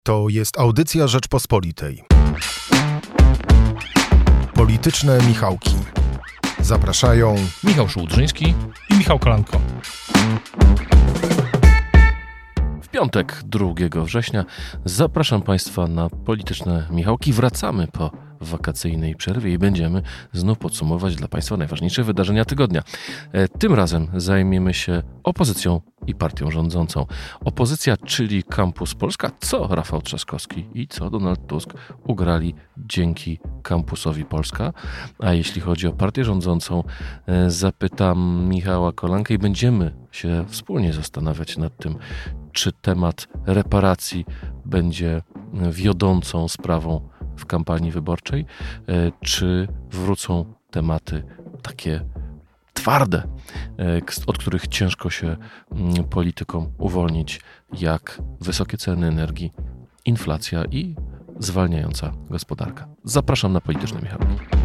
To jest audycja Rzeczpospolitej. Polityczne Michałki. Zapraszają Michał Szułdrzyński i Michał Kolanko. W piątek 2 września zapraszam Państwa na Polityczne Michałki. Wracamy po wakacyjnej przerwie i będziemy znów podsumować dla Państwa najważniejsze wydarzenia tygodnia. Tym razem zajmiemy się opozycją i partią rządzącą. Opozycja, czyli Campus Polska, co Rafał Trzaskowski i co Donald Tusk ugrali dzięki Campusowi Polska. A jeśli chodzi o partię rządzącą, zapytam Michała Kolankę i będziemy się wspólnie zastanawiać nad tym, czy temat reparacji będzie wiodącą sprawą w kampanii wyborczej, czy wrócą tematy takie twarde, od których ciężko się politykom uwolnić, jak wysokie ceny energii, inflacja i zwalniająca gospodarka. Zapraszam na Polityczne Michałki.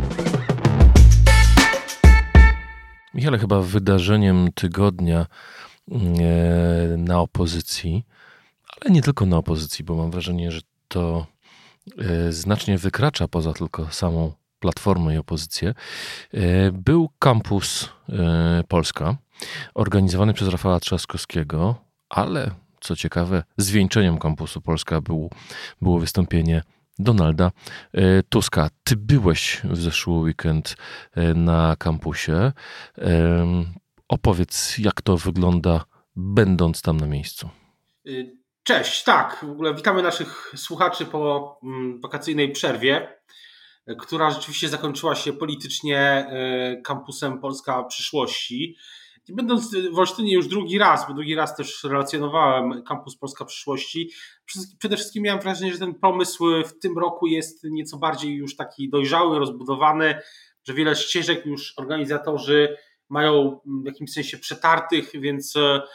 Michale, chyba wydarzeniem tygodnia na opozycji, ale nie tylko na opozycji, bo mam wrażenie, że to znacznie wykracza poza tylko samą Platformę i opozycję, był Campus Polska, organizowany przez Rafała Trzaskowskiego, ale co ciekawe, zwieńczeniem Campusu Polska było wystąpienie Donalda Tuska. Ty byłeś w zeszły weekend na kampusie. Opowiedz, jak to wygląda, będąc tam na miejscu. Cześć, tak, w ogóle witamy naszych słuchaczy po wakacyjnej przerwie, która rzeczywiście zakończyła się politycznie Campusem Polska Przyszłości. Będąc w Olsztynie już drugi raz też relacjonowałem Campus Polska Przyszłości, przede wszystkim miałem wrażenie, że ten pomysł w tym roku jest nieco bardziej już taki dojrzały, rozbudowany, że wiele ścieżek już organizatorzy mają w jakimś sensie przetartych, więc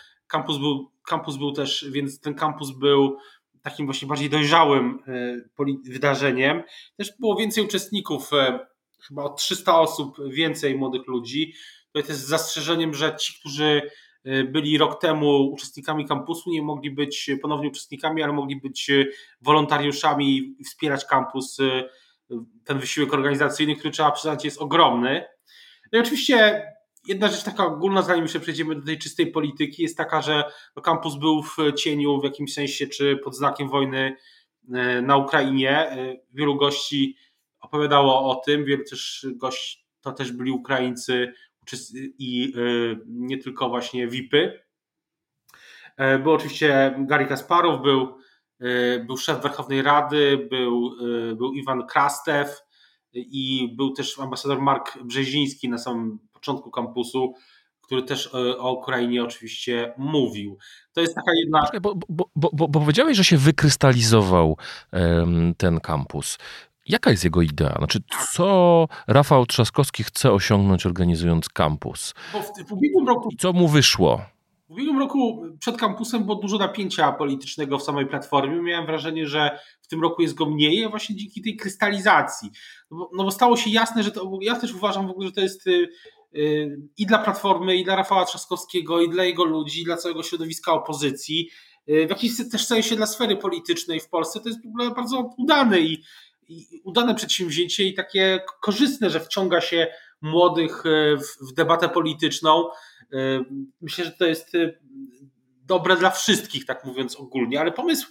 ten kampus był takim właśnie bardziej dojrzałym wydarzeniem. Też było więcej uczestników, chyba o 300 osób więcej młodych ludzi. To jest z zastrzeżeniem, że ci, którzy byli rok temu uczestnikami kampusu, nie mogli być ponownie uczestnikami, ale mogli być wolontariuszami i wspierać kampus. Ten wysiłek organizacyjny, który trzeba przyznać jest ogromny. No i oczywiście jedna rzecz taka ogólna, zanim jeszcze przejdziemy do tej czystej polityki, jest taka, że kampus był w cieniu w jakimś sensie, czy pod znakiem wojny na Ukrainie. Wielu gości opowiadało o tym, wielu też gości to też byli Ukraińcy i nie tylko właśnie VIP-y. Był oczywiście Garry Kasparow, był szef Werchownej Rady, był Iwan Krastew i był też ambasador Mark Brzeziński na samym początku kampusu, który też o Ukrainie oczywiście mówił. To jest taka jedna... Bo powiedziałeś, że się wykrystalizował ten kampus. Jaka jest jego idea? Znaczy, co Rafał Trzaskowski chce osiągnąć, organizując kampus? W ubiegłym roku... I co mu wyszło? W ubiegłym roku przed kampusem było dużo napięcia politycznego w samej Platformie. Miałem wrażenie, że w tym roku jest go mniej, a właśnie dzięki tej krystalizacji. No bo stało się jasne, że to... Ja też uważam w ogóle, że to jest i dla Platformy, i dla Rafała Trzaskowskiego, i dla jego ludzi, i dla całego środowiska opozycji, w jakimś też sensie dla sfery politycznej w Polsce. To jest w ogóle bardzo udane przedsięwzięcie i takie korzystne, że wciąga się młodych w debatę polityczną. Myślę, że to jest dobre dla wszystkich, tak mówiąc ogólnie, ale pomysł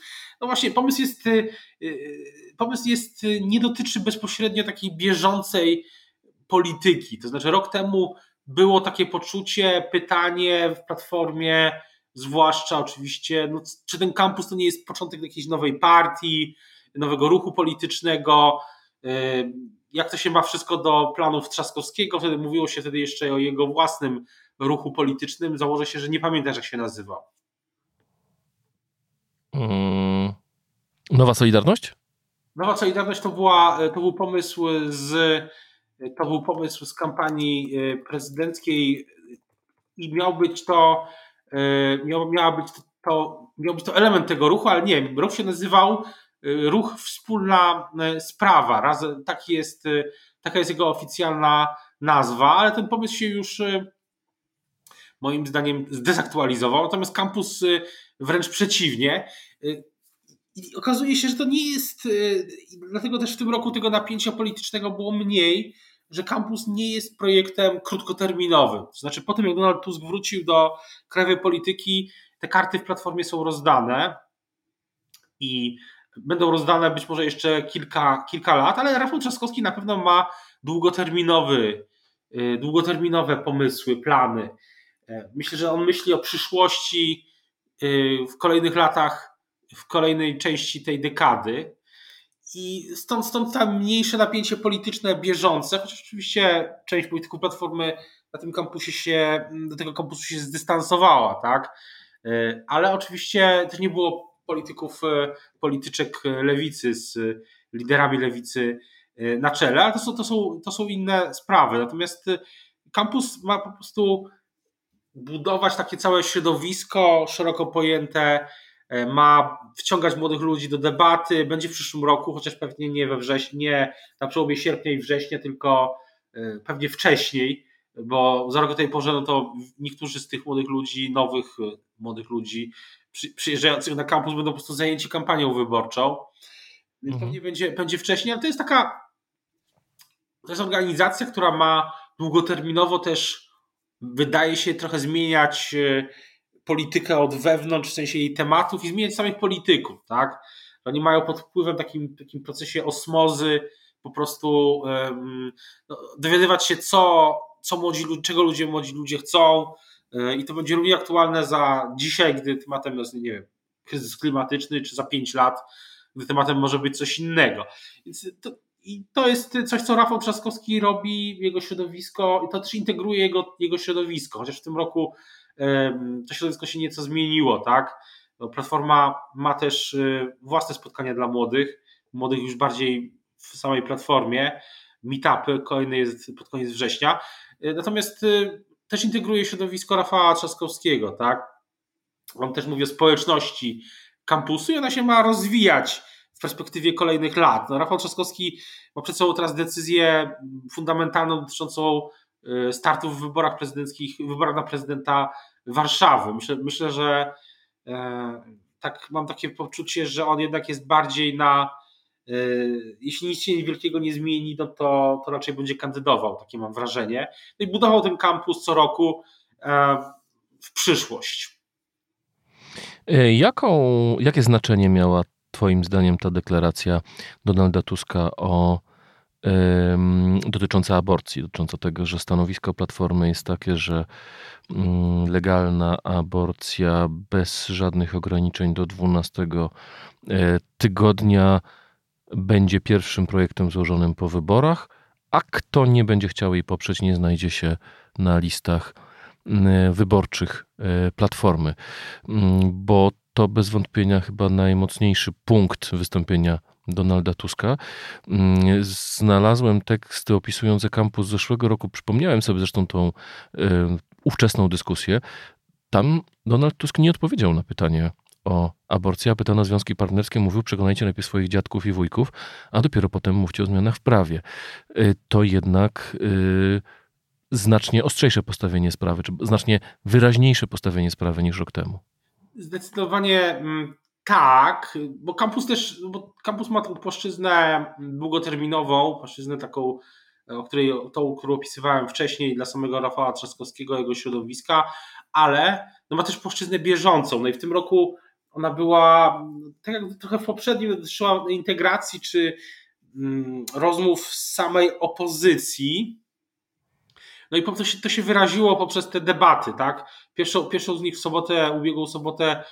nie dotyczy bezpośrednio takiej bieżącej polityki. To znaczy rok temu było takie poczucie, pytanie w Platformie, zwłaszcza oczywiście, czy ten kampus to nie jest początek jakiejś nowej partii, nowego ruchu politycznego, jak to się ma wszystko do planów Trzaskowskiego. Wtedy mówiło się jeszcze o jego własnym ruchu politycznym. Założę się, że nie pamiętasz, jak się nazywa. Nowa Solidarność? Nowa Solidarność to był pomysł z kampanii prezydenckiej i miał być to element tego ruchu, ale nie, ruch się nazywał Ruch Wspólna Sprawa. Taka jest jego oficjalna nazwa, ale ten pomysł się już moim zdaniem zdezaktualizował, natomiast kampus wręcz przeciwnie. I okazuje się, że to nie jest, dlatego też w tym roku tego napięcia politycznego było mniej, że kampus nie jest projektem krótkoterminowym. To znaczy po tym, jak Donald Tusk wrócił do krajowej polityki, te karty w Platformie są rozdane i będą rozdane być może jeszcze kilka lat, ale Rafał Trzaskowski na pewno ma długoterminowe pomysły, plany. Myślę, że on myśli o przyszłości w kolejnych latach, w kolejnej części tej dekady. I stąd tam mniejsze napięcie polityczne bieżące, chociaż oczywiście część polityków Platformy na tym do tego kampusu się zdystansowała, tak? Ale oczywiście też nie było polityczek lewicy z liderami lewicy na czele, ale to są inne sprawy. Natomiast kampus ma po prostu budować takie całe środowisko szeroko pojęte, ma wciągać młodych ludzi do debaty, będzie w przyszłym roku, chociaż pewnie nie we wrześniu, nie na przełomie sierpnia i września, tylko pewnie wcześniej, bo za rok o tej porze no to niektórzy z tych nowych młodych ludzi przyjeżdżających na kampus będą po prostu zajęci kampanią wyborczą, więc pewnie będzie wcześniej, ale to jest organizacja, która ma długoterminowo też, wydaje się, trochę zmieniać politykę od wewnątrz, w sensie jej tematów i zmieniać samych polityków, tak? Oni mają pod wpływem takim procesie osmozy po prostu dowiadywać się, czego młodzi ludzie chcą, i to będzie równie aktualne za dzisiaj, gdy tematem jest, nie wiem, kryzys klimatyczny, czy za 5 lat, gdy tematem może być coś innego. Więc to jest coś, co Rafał Trzaskowski robi, jego środowisko, i to też integruje jego środowisko, chociaż w tym roku to środowisko się nieco zmieniło, tak? Platforma ma też własne spotkania dla młodych już bardziej w samej Platformie, meetupy, kolejny jest pod koniec września, natomiast też integruje środowisko Rafała Trzaskowskiego, tak? On też mówi o społeczności kampusu i ona się ma rozwijać w perspektywie kolejnych lat. No, Rafał Trzaskowski ma przed sobą teraz decyzję fundamentalną dotyczącą startu w wyborach prezydenckich, wyborach na prezydenta Warszawy. Myślę, że tak mam takie poczucie, że on jednak jest bardziej jeśli nic się wielkiego nie zmieni, no to raczej będzie kandydował, takie mam wrażenie. No i budował ten kampus co roku w przyszłość. Jakie znaczenie miała twoim zdaniem ta deklaracja Donalda Tuska dotycząca aborcji, dotycząca tego, że stanowisko Platformy jest takie, że legalna aborcja bez żadnych ograniczeń do 12 tygodnia będzie pierwszym projektem złożonym po wyborach, a kto nie będzie chciał jej poprzeć, nie znajdzie się na listach wyborczych Platformy, bo to bez wątpienia chyba najmocniejszy punkt wystąpienia Donalda Tuska. Znalazłem teksty opisujące kampus z zeszłego roku, przypomniałem sobie zresztą tą ówczesną dyskusję. Tam Donald Tusk nie odpowiedział na pytanie o aborcję, a pytano o związki partnerskie, mówił: przekonajcie najpierw swoich dziadków i wujków, a dopiero potem mówcie o zmianach w prawie. To jednak znacznie ostrzejsze postawienie sprawy, czy znacznie wyraźniejsze postawienie sprawy niż rok temu. Zdecydowanie tak, bo kampus ma tą płaszczyznę długoterminową, płaszczyznę taką, którą opisywałem wcześniej dla samego Rafała Trzaskowskiego, jego środowiska, ale ma też płaszczyznę bieżącą. No i w tym roku ona była, tak jak trochę w poprzednim, dotyczyła integracji czy rozmów z samej opozycji. No i to się wyraziło poprzez te debaty, tak? Pierwszą z nich ubiegłą sobotę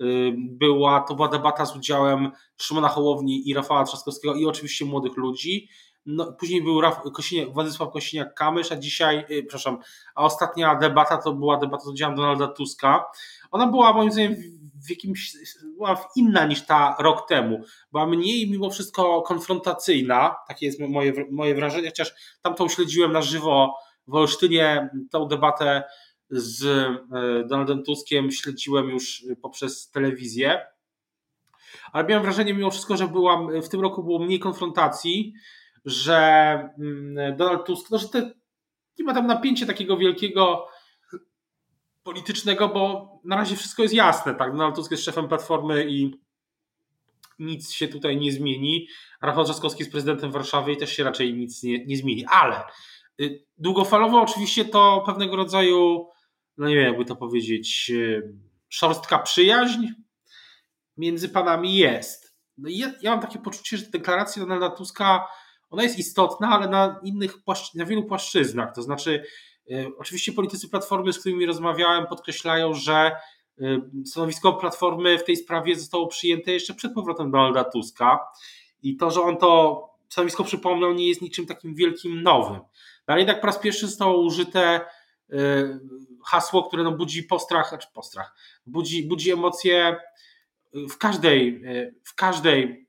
to była debata z udziałem Szymona Hołowni i Rafała Trzaskowskiego i oczywiście młodych ludzi. No, później był Władysław Kosiniak-Kamysz, a ostatnia debata to była debata z udziałem Donalda Tuska. Ona była moim zdaniem była inna niż ta rok temu. Była mniej mimo wszystko konfrontacyjna, takie jest moje wrażenie, chociaż tamtą śledziłem na żywo w Olsztynie, tą debatę z Donaldem Tuskiem śledziłem już poprzez telewizję, ale miałem wrażenie mimo wszystko, że w tym roku było mniej konfrontacji, że Donald Tusk, że nie ma tam napięcia takiego wielkiego politycznego, bo na razie wszystko jest jasne, tak? Donald Tusk jest szefem Platformy i nic się tutaj nie zmieni. Rafał Trzaskowski jest prezydentem Warszawy i też się raczej nic nie zmieni. Ale długofalowo oczywiście to pewnego rodzaju, no nie wiem jakby to powiedzieć, szorstka przyjaźń między panami jest. No i ja mam takie poczucie, że deklaracja Donalda Tuska, ona jest istotna, ale na wielu płaszczyznach. To znaczy, oczywiście politycy Platformy, z którymi rozmawiałem, podkreślają, że stanowisko Platformy w tej sprawie zostało przyjęte jeszcze przed powrotem Donalda Tuska i to, że on to stanowisko przypomniał, nie jest niczym takim wielkim nowym. Ale jednak po raz pierwszy zostało użyte hasło, które budzi budzi emocje w każdej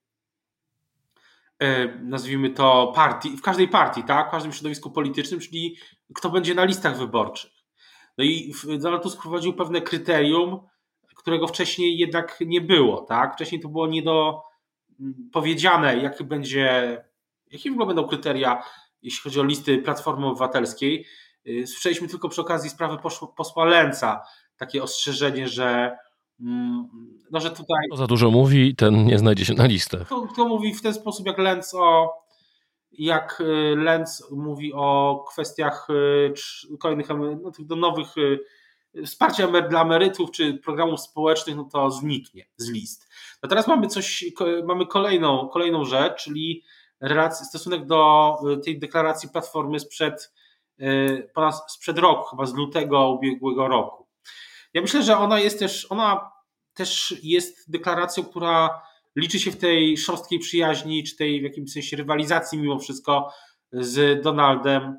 nazwijmy to partii, w każdej partii, tak? W każdym środowisku politycznym, czyli kto będzie na listach wyborczych. No i Donald Tusk wprowadził pewne kryterium, którego wcześniej jednak nie było, tak? Wcześniej to było niedopowiedziane, jakie w ogóle będą kryteria, jeśli chodzi o listy Platformy Obywatelskiej. Słyszeliśmy tylko przy okazji sprawy posła Lęca takie ostrzeżenie, że tutaj... Kto za dużo mówi, ten nie znajdzie się na listach. Kto mówi w ten sposób jak Lęc mówi o kwestiach kolejnych nowych wsparcia dla emerytów czy programów społecznych, no to zniknie z list. No teraz mamy kolejną rzecz, czyli stosunek do tej deklaracji Platformy sprzed roku, chyba z lutego ubiegłego roku. Ja myślę, że ona też jest deklaracją, która liczy się w tej szorstkiej przyjaźni, czy tej w jakimś sensie rywalizacji mimo wszystko z Donaldem,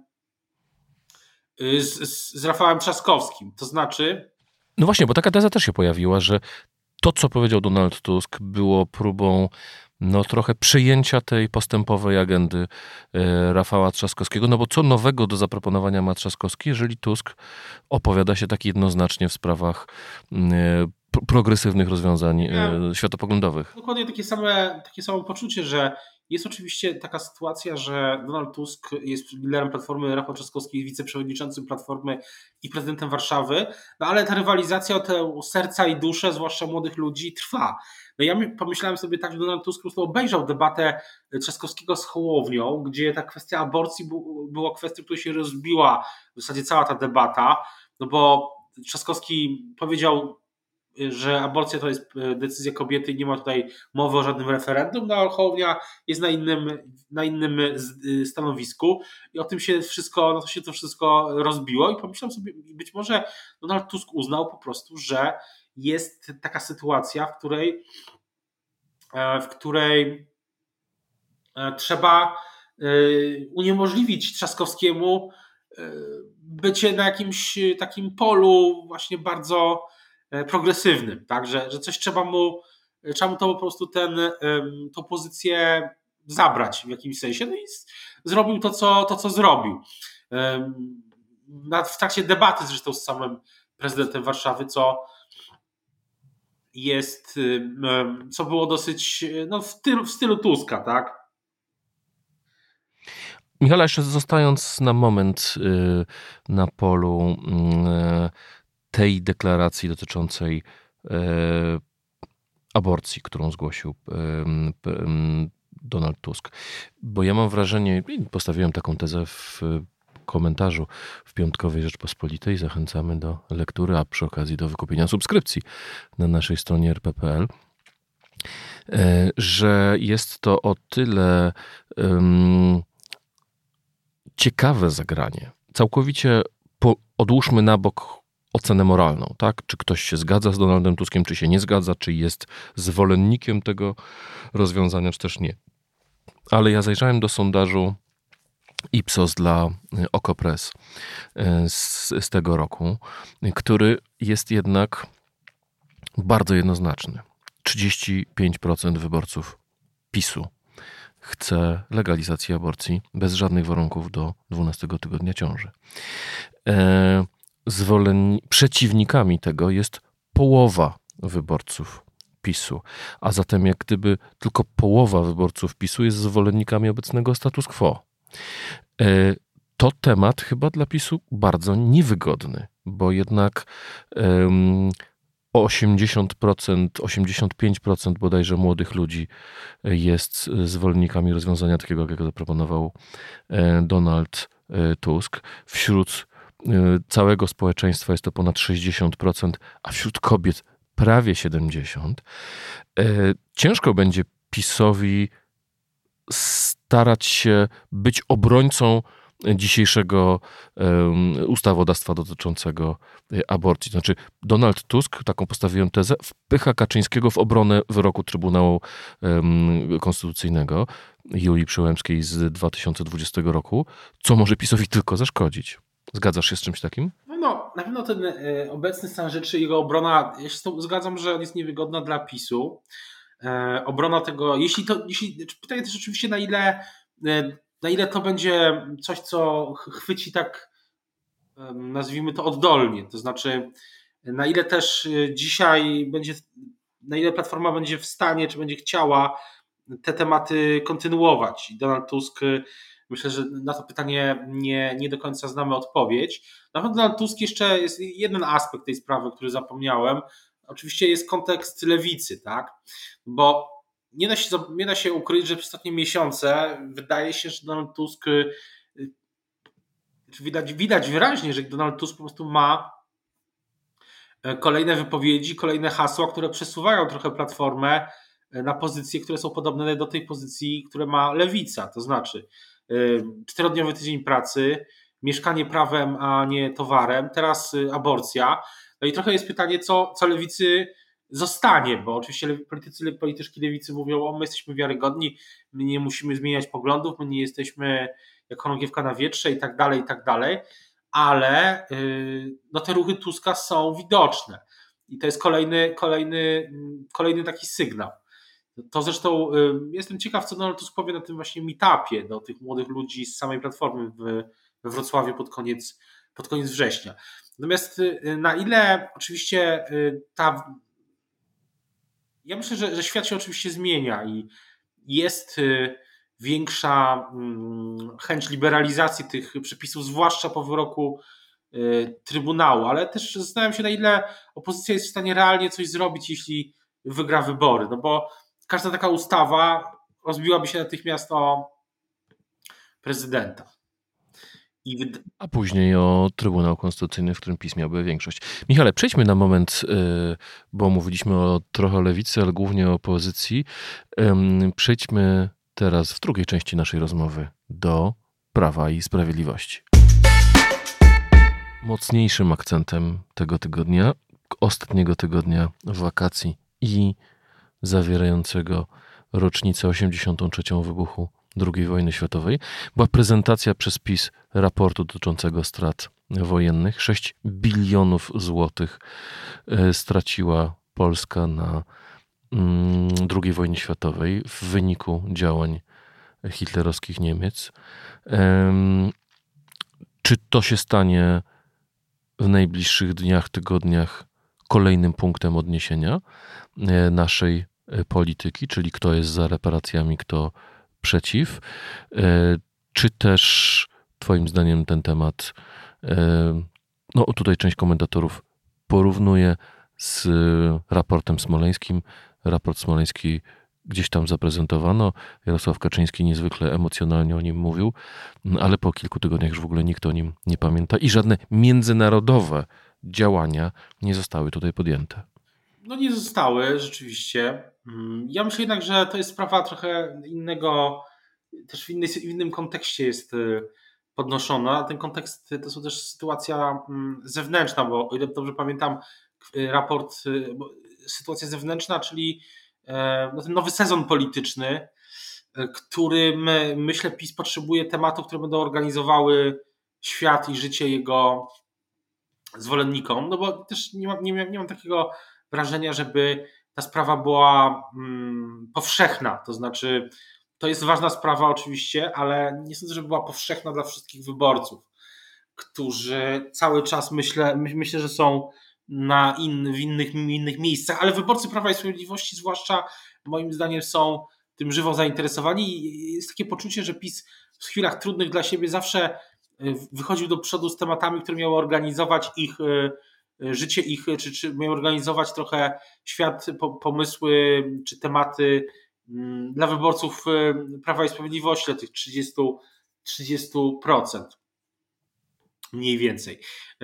z Rafałem Trzaskowskim. To znaczy... No właśnie, bo taka teza też się pojawiła, że to, co powiedział Donald Tusk, było próbą trochę przyjęcia tej postępowej agendy Rafała Trzaskowskiego, no bo co nowego do zaproponowania ma Trzaskowski, jeżeli Tusk opowiada się tak jednoznacznie w sprawach progresywnych rozwiązań światopoglądowych. Dokładnie takie samo poczucie, że jest oczywiście taka sytuacja, że Donald Tusk jest liderem Platformy, Rafał Trzaskowski jest wiceprzewodniczącym Platformy i prezydentem Warszawy, no ale ta rywalizacja o te serca i dusze, zwłaszcza młodych ludzi, trwa. No ja pomyślałem sobie tak, że Donald Tusk po prostu obejrzał debatę Trzaskowskiego z Hołownią, gdzie ta kwestia aborcji była kwestią, która się rozbiła w zasadzie cała ta debata, no bo Trzaskowski powiedział, że aborcja to jest decyzja kobiety i nie ma tutaj mowy o żadnym referendum, no a Hołownia jest na innym stanowisku i o tym się to wszystko rozbiło i pomyślałem sobie, być może Donald Tusk uznał po prostu, że jest taka sytuacja, w której trzeba uniemożliwić Trzaskowskiemu bycie na jakimś takim polu właśnie bardzo progresywnym, tak, że coś trzeba mu to po prostu tą pozycję zabrać w jakimś sensie, no i zrobił to, co zrobił. W trakcie debaty zresztą z samym prezydentem Warszawy, co było dosyć w stylu Tuska, tak? Michale, jeszcze zostając na moment na polu tej deklaracji dotyczącej aborcji, którą zgłosił Donald Tusk. Bo ja mam wrażenie, postawiłem taką tezę w komentarzu w piątkowej Rzeczpospolitej, zachęcamy do lektury, a przy okazji do wykupienia subskrypcji na naszej stronie rp.pl, że jest to o tyle ciekawe zagranie. Całkowicie odłóżmy na bok ocenę moralną, tak? Czy ktoś się zgadza z Donaldem Tuskiem, czy się nie zgadza, czy jest zwolennikiem tego rozwiązania, czy też nie. Ale ja zajrzałem do sondażu Ipsos dla Okopres z tego roku, który jest jednak bardzo jednoznaczny. 35% wyborców PiS-u chce legalizacji aborcji bez żadnych warunków do 12 tygodnia ciąży. Przeciwnikami tego jest połowa wyborców PiS-u, a zatem jak gdyby tylko połowa wyborców PiS-u jest zwolennikami obecnego status quo. To temat chyba dla PiS-u bardzo niewygodny, bo jednak 80%, 85% bodajże młodych ludzi jest zwolennikami rozwiązania takiego, jakiego zaproponował Donald Tusk. Wśród całego społeczeństwa jest to ponad 60%, a wśród kobiet prawie 70%. Ciężko będzie PiS-owi starać się być obrońcą dzisiejszego ustawodawstwa dotyczącego aborcji. Znaczy, Donald Tusk, taką postawiłem tezę, wpycha Kaczyńskiego w obronę wyroku Trybunału Konstytucyjnego Julii Przyłębskiej z 2020 roku, co może PiS-owi tylko zaszkodzić. Zgadzasz się z czymś takim? No, na pewno ten obecny stan rzeczy, jego obrona, ja się z tą zgadzam, że on jest niewygodna dla PiS-u. Obrona tego, pytanie też oczywiście na ile to będzie coś, co chwyci tak, nazwijmy to oddolnie, to znaczy na ile też dzisiaj na ile Platforma będzie w stanie, czy będzie chciała te tematy kontynuować. I Donald Tusk, myślę, że na to pytanie nie do końca znamy odpowiedź. Na pewno Donald Tusk jeszcze jest jeden aspekt tej sprawy, który zapomniałem. Oczywiście jest kontekst lewicy, tak? Bo nie da się ukryć, że przez ostatnie miesiące wydaje się, że Donald Tusk, widać wyraźnie, że Donald Tusk po prostu ma kolejne wypowiedzi, kolejne hasła, które przesuwają trochę Platformę na pozycje, które są podobne do tej pozycji, które ma lewica. To znaczy 4-dniowy tydzień pracy, mieszkanie prawem, a nie towarem, teraz aborcja. No i trochę jest pytanie, co lewicy zostanie, bo oczywiście polityczki lewicy mówią, my jesteśmy wiarygodni, my nie musimy zmieniać poglądów, my nie jesteśmy jak chorągiewka na wietrze i tak dalej, ale no te ruchy Tuska są widoczne i to jest kolejny taki sygnał. To zresztą jestem ciekaw, co Donald Tusk powie na tym właśnie meetupie do tych młodych ludzi z samej Platformy we Wrocławiu pod koniec września. Natomiast na ile oczywiście ja myślę, że świat się oczywiście zmienia i jest większa chęć liberalizacji tych przepisów, zwłaszcza po wyroku Trybunału, ale też zastanawiam się, na ile opozycja jest w stanie realnie coś zrobić, jeśli wygra wybory, no bo każda taka ustawa rozbiłaby się natychmiast o prezydenta. A później o Trybunał Konstytucyjny, w którym PiS miałby większość. Michale, przejdźmy na moment, bo mówiliśmy trochę o lewicy, ale głównie o opozycji. Przejdźmy teraz w drugiej części naszej rozmowy do Prawa i Sprawiedliwości. Mocniejszym akcentem tego tygodnia, ostatniego tygodnia wakacji i zawierającego rocznicę 83. wybuchu II wojny światowej, była prezentacja przez PiS raportu dotyczącego strat wojennych. 6 bilionów złotych straciła Polska na II wojnie światowej w wyniku działań hitlerowskich Niemiec. Czy to się stanie w najbliższych dniach, tygodniach kolejnym punktem odniesienia naszej polityki, czyli kto jest za reparacjami, kto przeciw? Czy też twoim zdaniem ten temat, no tutaj część komentatorów porównuje z raportem smoleńskim. Raport smoleński gdzieś tam zaprezentowano. Jarosław Kaczyński niezwykle emocjonalnie o nim mówił, ale po kilku tygodniach już w ogóle nikt o nim nie pamięta i żadne międzynarodowe działania nie zostały tutaj podjęte. No nie zostały, rzeczywiście. Ja myślę jednak, że to jest sprawa trochę innego, też w innym kontekście jest podnoszona. Ten kontekst to są też sytuacja zewnętrzna, bo o ile dobrze pamiętam raport, sytuacja zewnętrzna, czyli no ten nowy sezon polityczny, którym myślę PiS potrzebuje tematów, które będą organizowały świat i życie jego zwolennikom, no bo też nie mam takiego wrażenia, żeby ta sprawa była powszechna, to znaczy to jest ważna sprawa oczywiście, ale nie sądzę, żeby była powszechna dla wszystkich wyborców, którzy cały czas myślę, że są w innych miejscach, ale wyborcy Prawa i Sprawiedliwości zwłaszcza moim zdaniem są tym żywo zainteresowani i jest takie poczucie, że PiS w chwilach trudnych dla siebie zawsze wychodził do przodu z tematami, które miały organizować ich życie ich, czy mają organizować trochę świat, pomysły czy tematy dla wyborców Prawa i Sprawiedliwości, tych 30% mniej więcej.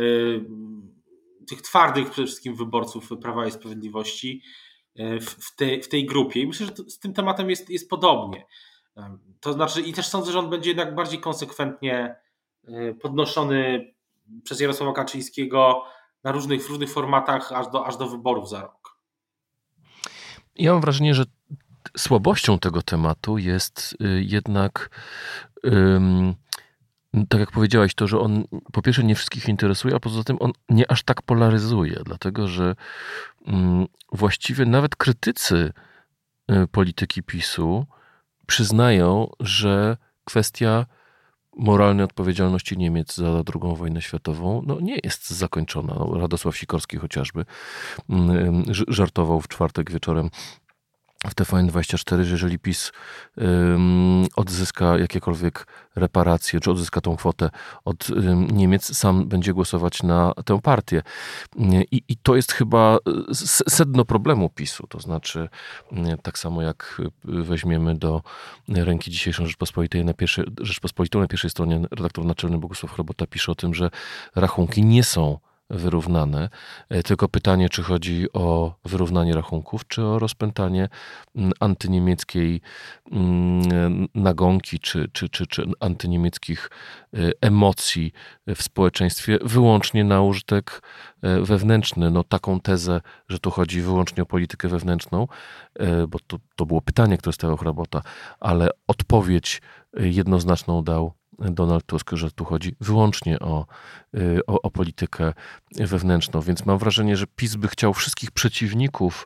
Tych twardych przede wszystkim wyborców Prawa i Sprawiedliwości w tej grupie. I myślę, że z tym tematem jest podobnie. To znaczy, i też sądzę, że on będzie jednak bardziej konsekwentnie podnoszony przez Jarosława Kaczyńskiego w różnych formatach aż do wyborów za rok. Ja mam wrażenie, że słabością tego tematu jest jednak tak jak powiedziałeś, to, że on po pierwsze nie wszystkich interesuje, a poza tym on nie aż tak polaryzuje, dlatego że właściwie nawet krytycy polityki PiS-u przyznają, że kwestia moralnej odpowiedzialności Niemiec za II wojnę światową nie jest zakończona. Radosław Sikorski chociażby żartował w czwartek wieczorem w TVN24, że jeżeli PiS odzyska jakiekolwiek reparacje, czy odzyska tą kwotę od Niemiec, sam będzie głosować na tę partię. I to jest chyba sedno problemu PiS-u. To znaczy, tak samo jak weźmiemy do ręki dzisiejszą Rzeczpospolitą, na pierwszej stronie redaktor naczelny Bogusław Chrobota pisze o tym, że rachunki nie są wyrównane. Tylko pytanie, czy chodzi o wyrównanie rachunków, czy o rozpętanie antyniemieckiej nagonki, czy antyniemieckich emocji w społeczeństwie wyłącznie na użytek wewnętrzny. Taką tezę, że tu chodzi wyłącznie o politykę wewnętrzną, bo to było pytanie, które stawiał Chrobota, ale odpowiedź jednoznaczną dał Donald Tusk, że tu chodzi wyłącznie o politykę wewnętrzną. Więc mam wrażenie, że PiS by chciał wszystkich przeciwników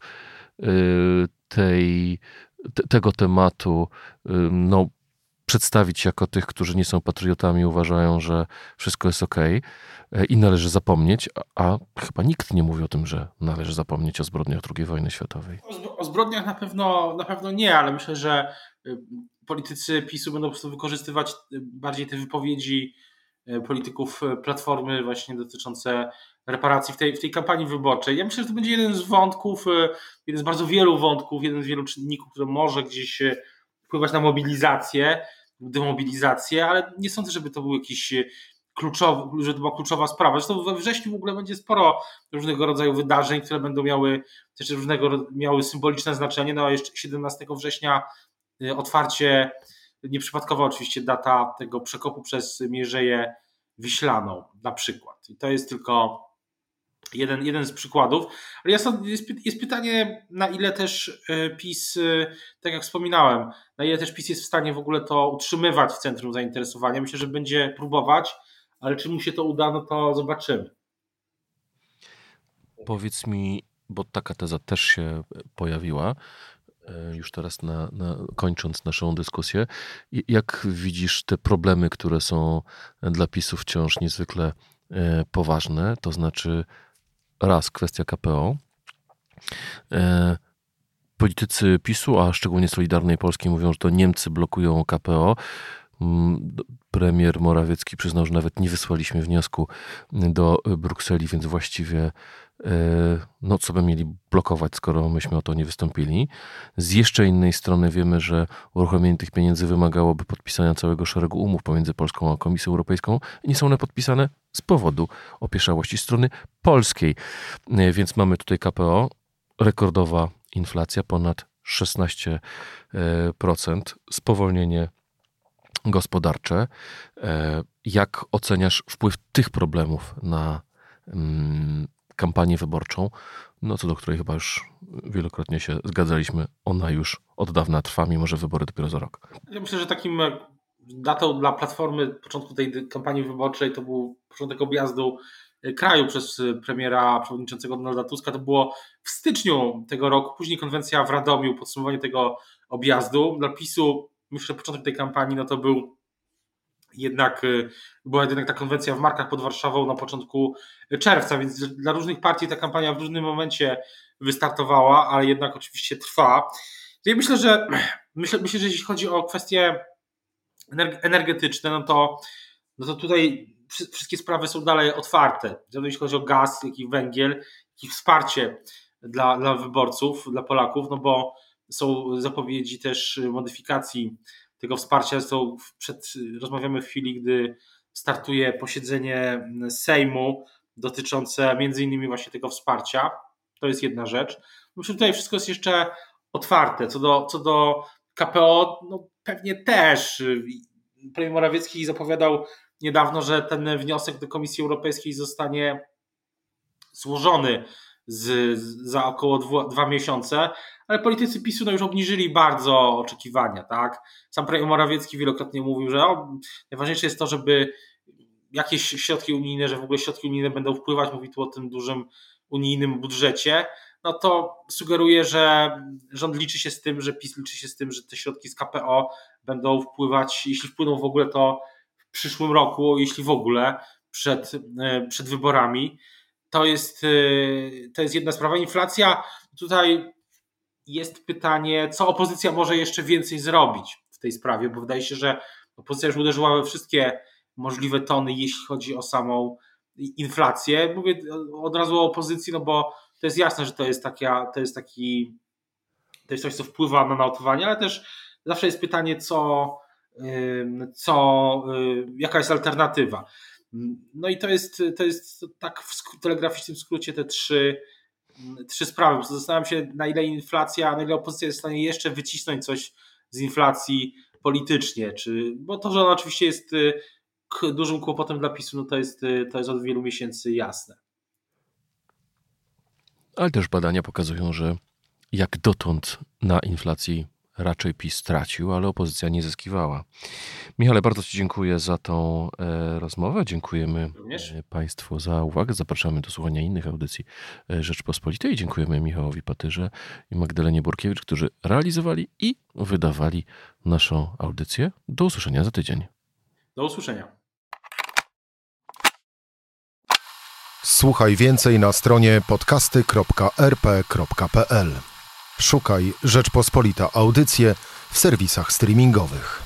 tego tematu przedstawić jako tych, którzy nie są patriotami, uważają, że wszystko jest okej i należy zapomnieć, a chyba nikt nie mówi o tym, że należy zapomnieć o zbrodniach II wojny światowej. O zbrodniach na pewno nie, ale myślę, że politycy PiS-u będą po prostu wykorzystywać bardziej te wypowiedzi polityków Platformy właśnie dotyczące reparacji w tej kampanii wyborczej. Ja myślę, że to będzie jeden z wątków, jeden z bardzo wielu wątków, jeden z wielu czynników, który może gdzieś wpływać na mobilizację, demobilizację, ale nie sądzę, żeby to był jakiś że to była kluczowa sprawa. Zresztą we wrześniu w ogóle będzie sporo różnego rodzaju wydarzeń, które będą miały symboliczne znaczenie. A jeszcze 17 września otwarcie, nieprzypadkowa oczywiście data tego przekopu przez Mierzeję Wiślaną na przykład. I to jest tylko jeden z przykładów. Ale jest pytanie, na ile też PiS, tak jak wspominałem, na ile też PiS jest w stanie w ogóle to utrzymywać w centrum zainteresowania. Myślę, że będzie próbować, ale czy mu się to uda, to zobaczymy. Powiedz mi, bo taka teza też się pojawiła, już teraz kończąc naszą dyskusję, jak widzisz te problemy, które są dla PiS-u wciąż niezwykle poważne, to znaczy raz kwestia KPO. Politycy PiS-u, a szczególnie Solidarnej Polski mówią, że to Niemcy blokują KPO. Premier Morawiecki przyznał, że nawet nie wysłaliśmy wniosku do Brukseli, więc właściwie co by mieli blokować, skoro myśmy o to nie wystąpili. Z jeszcze innej strony wiemy, że uruchomienie tych pieniędzy wymagałoby podpisania całego szeregu umów pomiędzy Polską a Komisją Europejską. Nie są one podpisane z powodu opieszałości strony polskiej. Więc mamy tutaj KPO, rekordowa inflacja, ponad 16%, spowolnienie gospodarcze. Jak oceniasz wpływ tych problemów na kampanię wyborczą, co do której chyba już wielokrotnie się zgadzaliśmy, ona już od dawna trwa, mimo że wybory dopiero za rok. Ja myślę, że takim datą dla Platformy początku tej kampanii wyborczej to był początek objazdu kraju przez premiera przewodniczącego Donalda Tuska. To było w styczniu tego roku, później konwencja w Radomiu, podsumowanie tego objazdu. Dla PiS-u myślę, że początek tej kampanii to była jednak ta konwencja w Markach pod Warszawą na początku czerwca, więc dla różnych partii ta kampania w różnym momencie wystartowała, ale jednak oczywiście trwa. Ja myślę, że jeśli chodzi o kwestie energetyczne, to tutaj wszystkie sprawy są dalej otwarte, zarówno jeśli chodzi o gaz, jak i węgiel, jak i wsparcie dla wyborców, dla Polaków, no bo są zapowiedzi też modyfikacji tego wsparcia. Rozmawiamy w chwili, gdy startuje posiedzenie Sejmu dotyczące między innymi właśnie tego wsparcia. To jest jedna rzecz. Myślę, że tutaj wszystko jest jeszcze otwarte. Co do KPO, no pewnie też. Premier Morawiecki zapowiadał niedawno, że ten wniosek do Komisji Europejskiej zostanie złożony za około 2 miesiące, ale politycy PiS-u już obniżyli bardzo oczekiwania. Tak? Sam premier Morawiecki wielokrotnie mówił, że najważniejsze jest to, żeby jakieś środki unijne, że w ogóle środki unijne będą wpływać, mówi tu o tym dużym unijnym budżecie, no to sugeruje, że rząd liczy się z tym, że PiS liczy się z tym, że te środki z KPO będą wpływać, jeśli wpłyną w ogóle, to w przyszłym roku, jeśli w ogóle, przed wyborami. To jest jedna sprawa. Inflacja, tutaj jest pytanie, co opozycja może jeszcze więcej zrobić w tej sprawie, bo wydaje się, że opozycja już uderzyła we wszystkie możliwe tony, jeśli chodzi o samą inflację. Mówię od razu o opozycji, no bo to jest jasne, że to jest coś, co wpływa na notowanie, ale też zawsze jest pytanie, jaka jest alternatywa. No i to jest tak w telegraficznym skrócie te trzy sprawy. Zastanawiam się, na ile opozycja jest w stanie jeszcze wycisnąć coś z inflacji politycznie, bo to, że ona oczywiście jest dużym kłopotem dla PiS-u, no to jest od wielu miesięcy jasne. Ale też badania pokazują, że jak dotąd na inflacji raczej PiS stracił, ale opozycja nie zyskiwała. Michale, bardzo Ci dziękuję za tą rozmowę. Dziękujemy również Państwu za uwagę. Zapraszamy do słuchania innych audycji Rzeczpospolitej. Dziękujemy Michałowi Patyrze i Magdalenie Burkiewicz, którzy realizowali i wydawali naszą audycję. Do usłyszenia za tydzień. Do usłyszenia. Słuchaj więcej na stronie podcasty.rp.pl. Szukaj Rzeczpospolita Audycje w serwisach streamingowych.